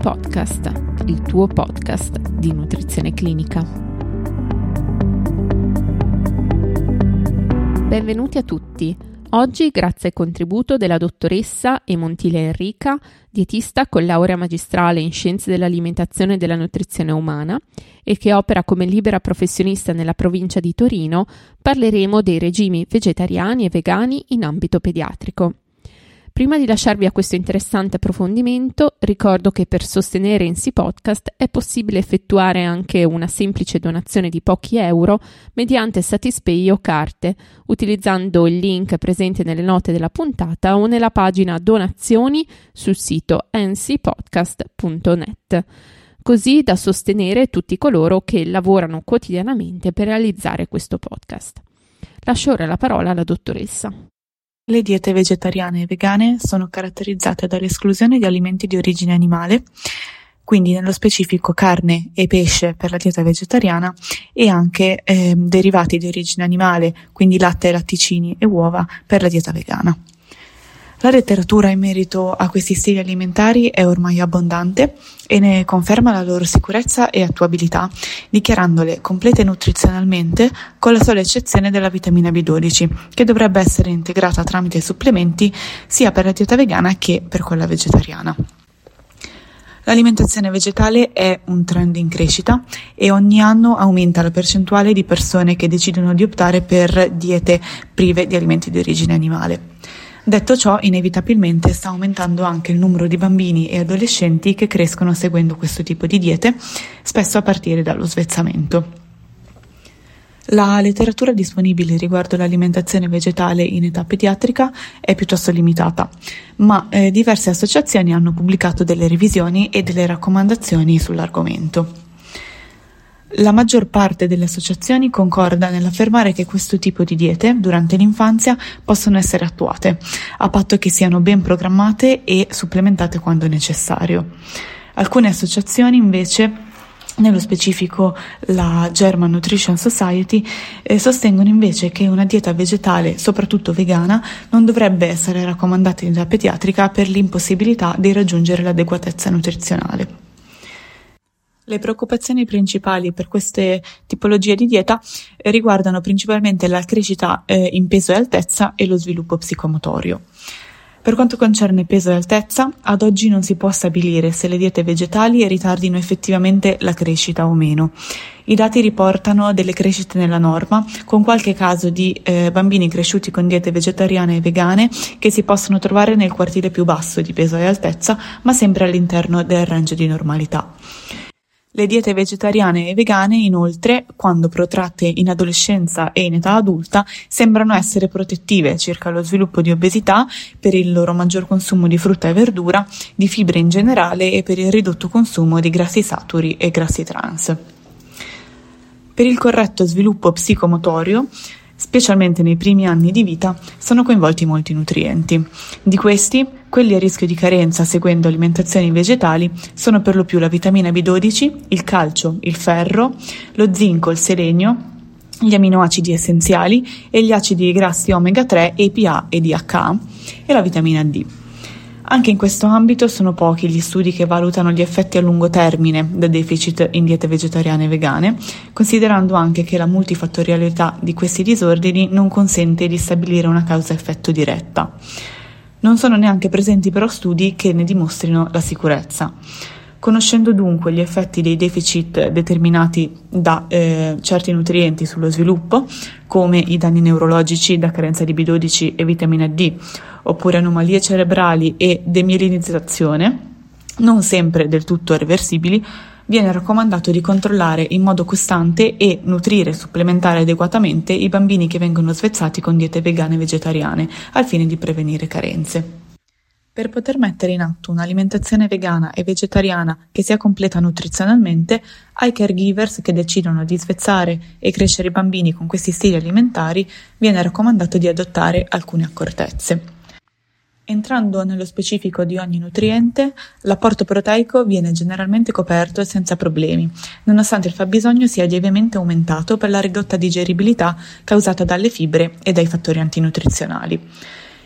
Podcast, il tuo podcast di nutrizione clinica. Benvenuti a tutti. Oggi, grazie al contributo della dottoressa Emontile Enrica, dietista con laurea magistrale in Scienze dell'Alimentazione e della Nutrizione Umana e che opera come libera professionista nella provincia di Torino, parleremo dei regimi vegetariani e vegani in ambito pediatrico. Prima di lasciarvi a questo interessante approfondimento, ricordo che per sostenere NC Podcast è possibile effettuare anche una semplice donazione di pochi euro mediante Satispay o carte, utilizzando il link presente nelle note della puntata o nella pagina donazioni sul sito ncpodcast.net, così da sostenere tutti coloro che lavorano quotidianamente per realizzare questo podcast. Lascio ora la parola alla dottoressa. Le diete vegetariane e vegane sono caratterizzate dall'esclusione di alimenti di origine animale, quindi nello specifico carne e pesce per la dieta vegetariana e anche derivati di origine animale, quindi latte, latticini e uova per la dieta vegana. La letteratura in merito a questi stili alimentari è ormai abbondante e ne conferma la loro sicurezza e attuabilità, dichiarandole complete nutrizionalmente con la sola eccezione della vitamina B12, che dovrebbe essere integrata tramite supplementi sia per la dieta vegana che per quella vegetariana. L'alimentazione vegetale è un trend in crescita e ogni anno aumenta la percentuale di persone che decidono di optare per diete prive di alimenti di origine animale. Detto ciò, inevitabilmente sta aumentando anche il numero di bambini e adolescenti che crescono seguendo questo tipo di diete, spesso a partire dallo svezzamento. La letteratura disponibile riguardo l'alimentazione vegetale in età pediatrica è piuttosto limitata, ma diverse associazioni hanno pubblicato delle revisioni e delle raccomandazioni sull'argomento. La maggior parte delle associazioni concorda nell'affermare che questo tipo di diete durante l'infanzia possono essere attuate, a patto che siano ben programmate e supplementate quando necessario. Alcune associazioni invece, nello specifico la German Nutrition Society, sostengono invece che una dieta vegetale, soprattutto vegana, non dovrebbe essere raccomandata in età pediatrica per l'impossibilità di raggiungere l'adeguatezza nutrizionale. Le preoccupazioni principali per queste tipologie di dieta riguardano principalmente la crescita in peso e altezza e lo sviluppo psicomotorio. Per quanto concerne peso e altezza, ad oggi non si può stabilire se le diete vegetali ritardino effettivamente la crescita o meno. I dati riportano delle crescite nella norma, con qualche caso di bambini cresciuti con diete vegetariane e vegane che si possono trovare nel quartile più basso di peso e altezza, ma sempre all'interno del range di normalità. Le diete vegetariane e vegane, inoltre, quando protratte in adolescenza e in età adulta, sembrano essere protettive circa lo sviluppo di obesità per il loro maggior consumo di frutta e verdura, di fibre in generale e per il ridotto consumo di grassi saturi e grassi trans. Per il corretto sviluppo psicomotorio, specialmente nei primi anni di vita, sono coinvolti molti nutrienti. Di questi, quelli a rischio di carenza seguendo alimentazioni vegetali sono per lo più la vitamina B12, il calcio, il ferro, lo zinco, il selenio, gli aminoacidi essenziali e gli acidi grassi omega 3, EPA e DHA e la vitamina D. Anche in questo ambito sono pochi gli studi che valutano gli effetti a lungo termine del deficit in diete vegetariane e vegane, considerando anche che la multifattorialità di questi disordini non consente di stabilire una causa-effetto diretta. Non sono neanche presenti però studi che ne dimostrino la sicurezza. Conoscendo dunque gli effetti dei deficit determinati da certi nutrienti sullo sviluppo, come i danni neurologici da carenza di B12 e vitamina D, oppure anomalie cerebrali e demielinizzazione, non sempre del tutto reversibili, viene raccomandato di controllare in modo costante e nutrire e supplementare adeguatamente i bambini che vengono svezzati con diete vegane e vegetariane, al fine di prevenire carenze. Per poter mettere in atto un'alimentazione vegana e vegetariana che sia completa nutrizionalmente, ai caregivers che decidono di svezzare e crescere i bambini con questi stili alimentari viene raccomandato di adottare alcune accortezze. Entrando nello specifico di ogni nutriente, l'apporto proteico viene generalmente coperto senza problemi, nonostante il fabbisogno sia lievemente aumentato per la ridotta digeribilità causata dalle fibre e dai fattori antinutrizionali.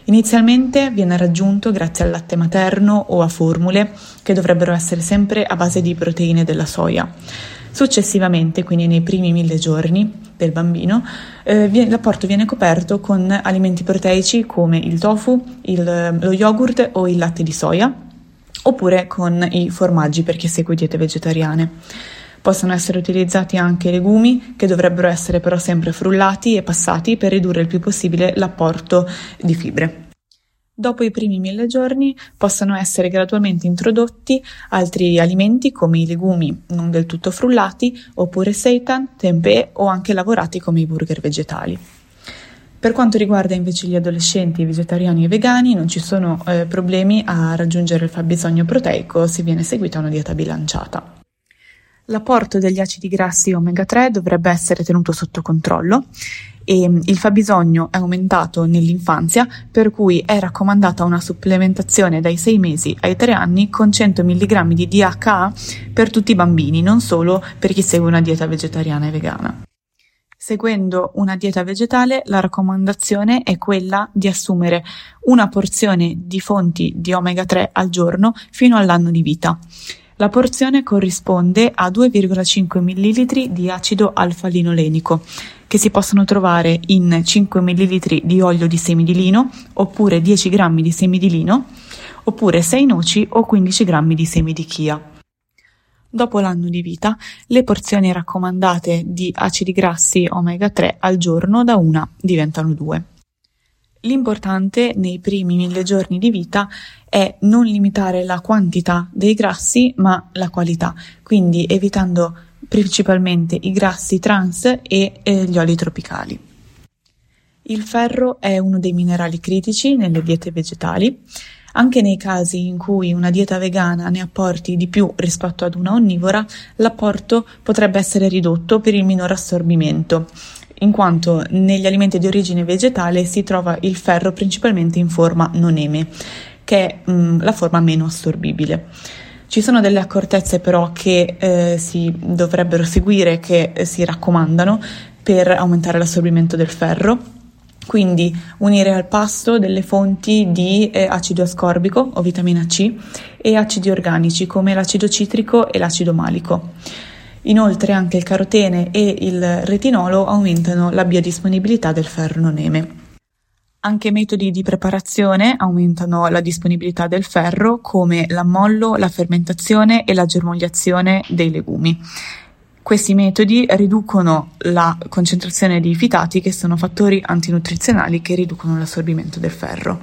Inizialmente viene raggiunto grazie al latte materno o a formule che dovrebbero essere sempre a base di proteine della soia. Successivamente, quindi nei primi 1000 giorni del bambino, l'apporto viene coperto con alimenti proteici come il tofu, lo yogurt o il latte di soia, oppure con i formaggi per chi segue diete vegetariane. Possono essere utilizzati anche legumi che dovrebbero essere però sempre frullati e passati per ridurre il più possibile l'apporto di fibre. Dopo i primi 1000 giorni possono essere gradualmente introdotti altri alimenti come i legumi non del tutto frullati, oppure seitan, tempeh o anche lavorati come i burger vegetali. Per quanto riguarda invece gli adolescenti vegetariani e vegani, non ci sono problemi a raggiungere il fabbisogno proteico se viene seguita una dieta bilanciata. L'apporto degli acidi grassi omega 3 dovrebbe essere tenuto sotto controllo e il fabbisogno è aumentato nell'infanzia, per cui è raccomandata una supplementazione dai 6 mesi ai 3 anni con 100 mg di DHA per tutti i bambini, non solo per chi segue una dieta vegetariana e vegana. Seguendo una dieta vegetale, la raccomandazione è quella di assumere una porzione di fonti di omega 3 al giorno fino all'anno di vita. La porzione corrisponde a 2,5 ml di acido alfa-linolenico, che si possono trovare in 5 ml di olio di semi di lino, oppure 10 g di semi di lino, oppure 6 noci o 15 g di semi di chia. Dopo l'anno di vita, le porzioni raccomandate di acidi grassi omega 3 al giorno da 1 diventano 2. L'importante nei primi 1000 giorni di vita è non limitare la quantità dei grassi, ma la qualità, quindi evitando principalmente i grassi trans e gli oli tropicali. Il ferro è uno dei minerali critici nelle diete vegetali. Anche nei casi in cui una dieta vegana ne apporti di più rispetto ad una onnivora, l'apporto potrebbe essere ridotto per il minor assorbimento, in quanto negli alimenti di origine vegetale si trova il ferro principalmente in forma non-eme, che è la forma meno assorbibile. Ci sono delle accortezze però che si dovrebbero seguire, che si raccomandano per aumentare l'assorbimento del ferro. Quindi unire al pasto delle fonti di acido ascorbico o vitamina C e acidi organici come l'acido citrico e l'acido malico. Inoltre anche il carotene e il retinolo aumentano la biodisponibilità del ferro non-eme. Anche metodi di preparazione aumentano la disponibilità del ferro come l'ammollo, la fermentazione e la germogliazione dei legumi. Questi metodi riducono la concentrazione di fitati, che sono fattori antinutrizionali che riducono l'assorbimento del ferro.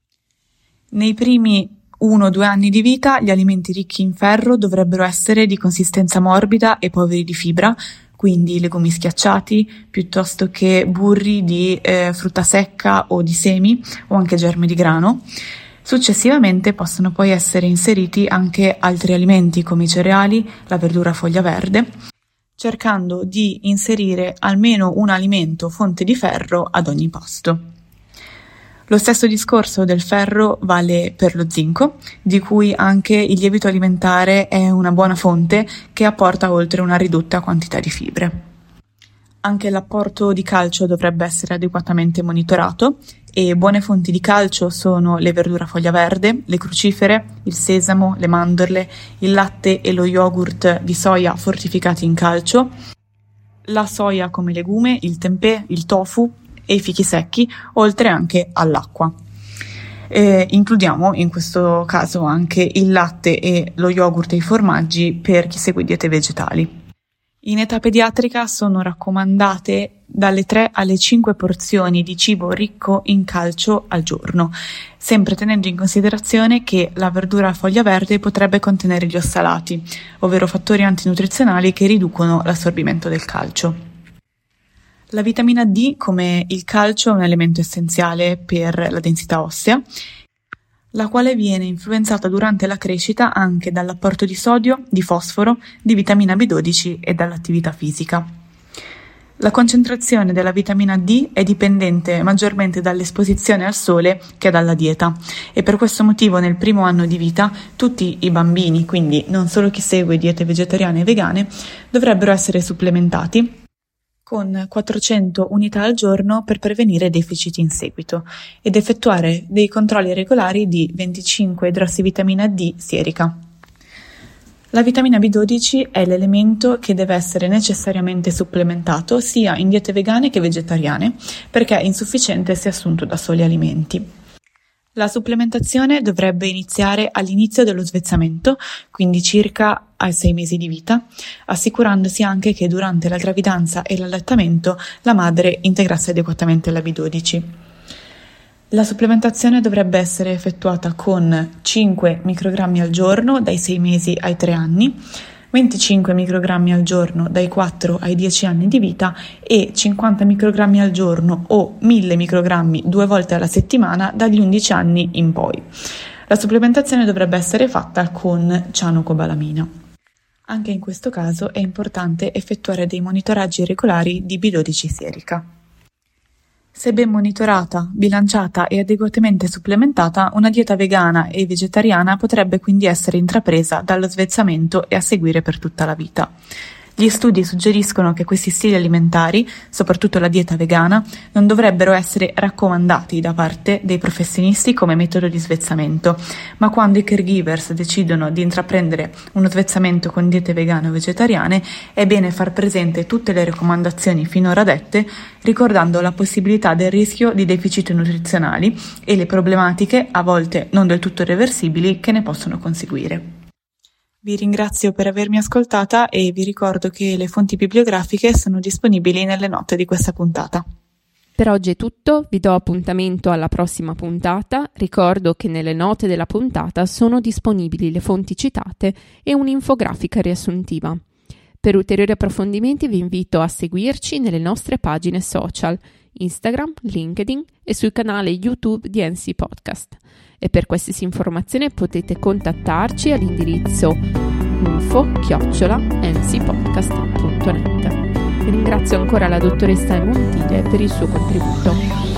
Nei primi 1-2 anni di vita gli alimenti ricchi in ferro dovrebbero essere di consistenza morbida e poveri di fibra, quindi legumi schiacciati piuttosto che burri di frutta secca o di semi o anche germi di grano. Successivamente possono poi essere inseriti anche altri alimenti come i cereali, la verdura a foglia verde, cercando di inserire almeno un alimento fonte di ferro ad ogni pasto. Lo stesso discorso del ferro vale per lo zinco, di cui anche il lievito alimentare è una buona fonte che apporta oltre una ridotta quantità di fibre. Anche l'apporto di calcio dovrebbe essere adeguatamente monitorato e buone fonti di calcio sono le verdure a foglia verde, le crucifere, il sesamo, le mandorle, il latte e lo yogurt di soia fortificati in calcio, la soia come legume, il tempeh, il tofu e i fichi secchi, oltre anche all'acqua. Includiamo in questo caso anche il latte e lo yogurt e i formaggi per chi segue diete vegetali. In età pediatrica sono raccomandate dalle 3 alle 5 porzioni di cibo ricco in calcio al giorno, sempre tenendo in considerazione che la verdura a foglia verde potrebbe contenere gli ossalati, ovvero fattori antinutrizionali che riducono l'assorbimento del calcio. La vitamina D, come il calcio, è un elemento essenziale per la densità ossea, la quale viene influenzata durante la crescita anche dall'apporto di sodio, di fosforo, di vitamina B12 e dall'attività fisica. La concentrazione della vitamina D è dipendente maggiormente dall'esposizione al sole che dalla dieta e per questo motivo nel primo anno di vita tutti i bambini, quindi non solo chi segue diete vegetariane e vegane, dovrebbero essere supplementati con 400 unità al giorno per prevenire deficit in seguito ed effettuare dei controlli regolari di 25 idrossivitamina D sierica. La vitamina B12 è l'elemento che deve essere necessariamente supplementato sia in diete vegane che vegetariane, perché è insufficiente se assunto da soli alimenti. La supplementazione dovrebbe iniziare all'inizio dello svezzamento, quindi circa ai 6 mesi di vita, assicurandosi anche che durante la gravidanza e l'allattamento la madre integrasse adeguatamente la B12. La supplementazione dovrebbe essere effettuata con 5 microgrammi al giorno dai 6 mesi ai 3 anni, 25 microgrammi al giorno dai 4 ai 10 anni di vita e 50 microgrammi al giorno o 1000 microgrammi 2 volte alla settimana dagli 11 anni in poi. La supplementazione dovrebbe essere fatta con cianocobalamina. Anche in questo caso è importante effettuare dei monitoraggi regolari di B12 sierica. Se ben monitorata, bilanciata e adeguatamente supplementata, una dieta vegana e vegetariana potrebbe quindi essere intrapresa dallo svezzamento e a seguire per tutta la vita. Gli studi suggeriscono che questi stili alimentari, soprattutto la dieta vegana, non dovrebbero essere raccomandati da parte dei professionisti come metodo di svezzamento, ma quando i caregivers decidono di intraprendere uno svezzamento con diete vegane o vegetariane, è bene far presente tutte le raccomandazioni finora dette, ricordando la possibilità del rischio di deficit nutrizionali e le problematiche, a volte non del tutto reversibili, che ne possono conseguire. Vi ringrazio per avermi ascoltata e vi ricordo che le fonti bibliografiche sono disponibili nelle note di questa puntata. Per oggi è tutto, vi do appuntamento alla prossima puntata. Ricordo che nelle note della puntata sono disponibili le fonti citate e un'infografica riassuntiva. Per ulteriori approfondimenti vi invito a seguirci nelle nostre pagine social, Instagram, LinkedIn e sul canale YouTube di NC Podcast. E per qualsiasi informazione potete contattarci all'indirizzo info@ncpodcast.net. Ringrazio ancora la dottoressa Montile per il suo contributo.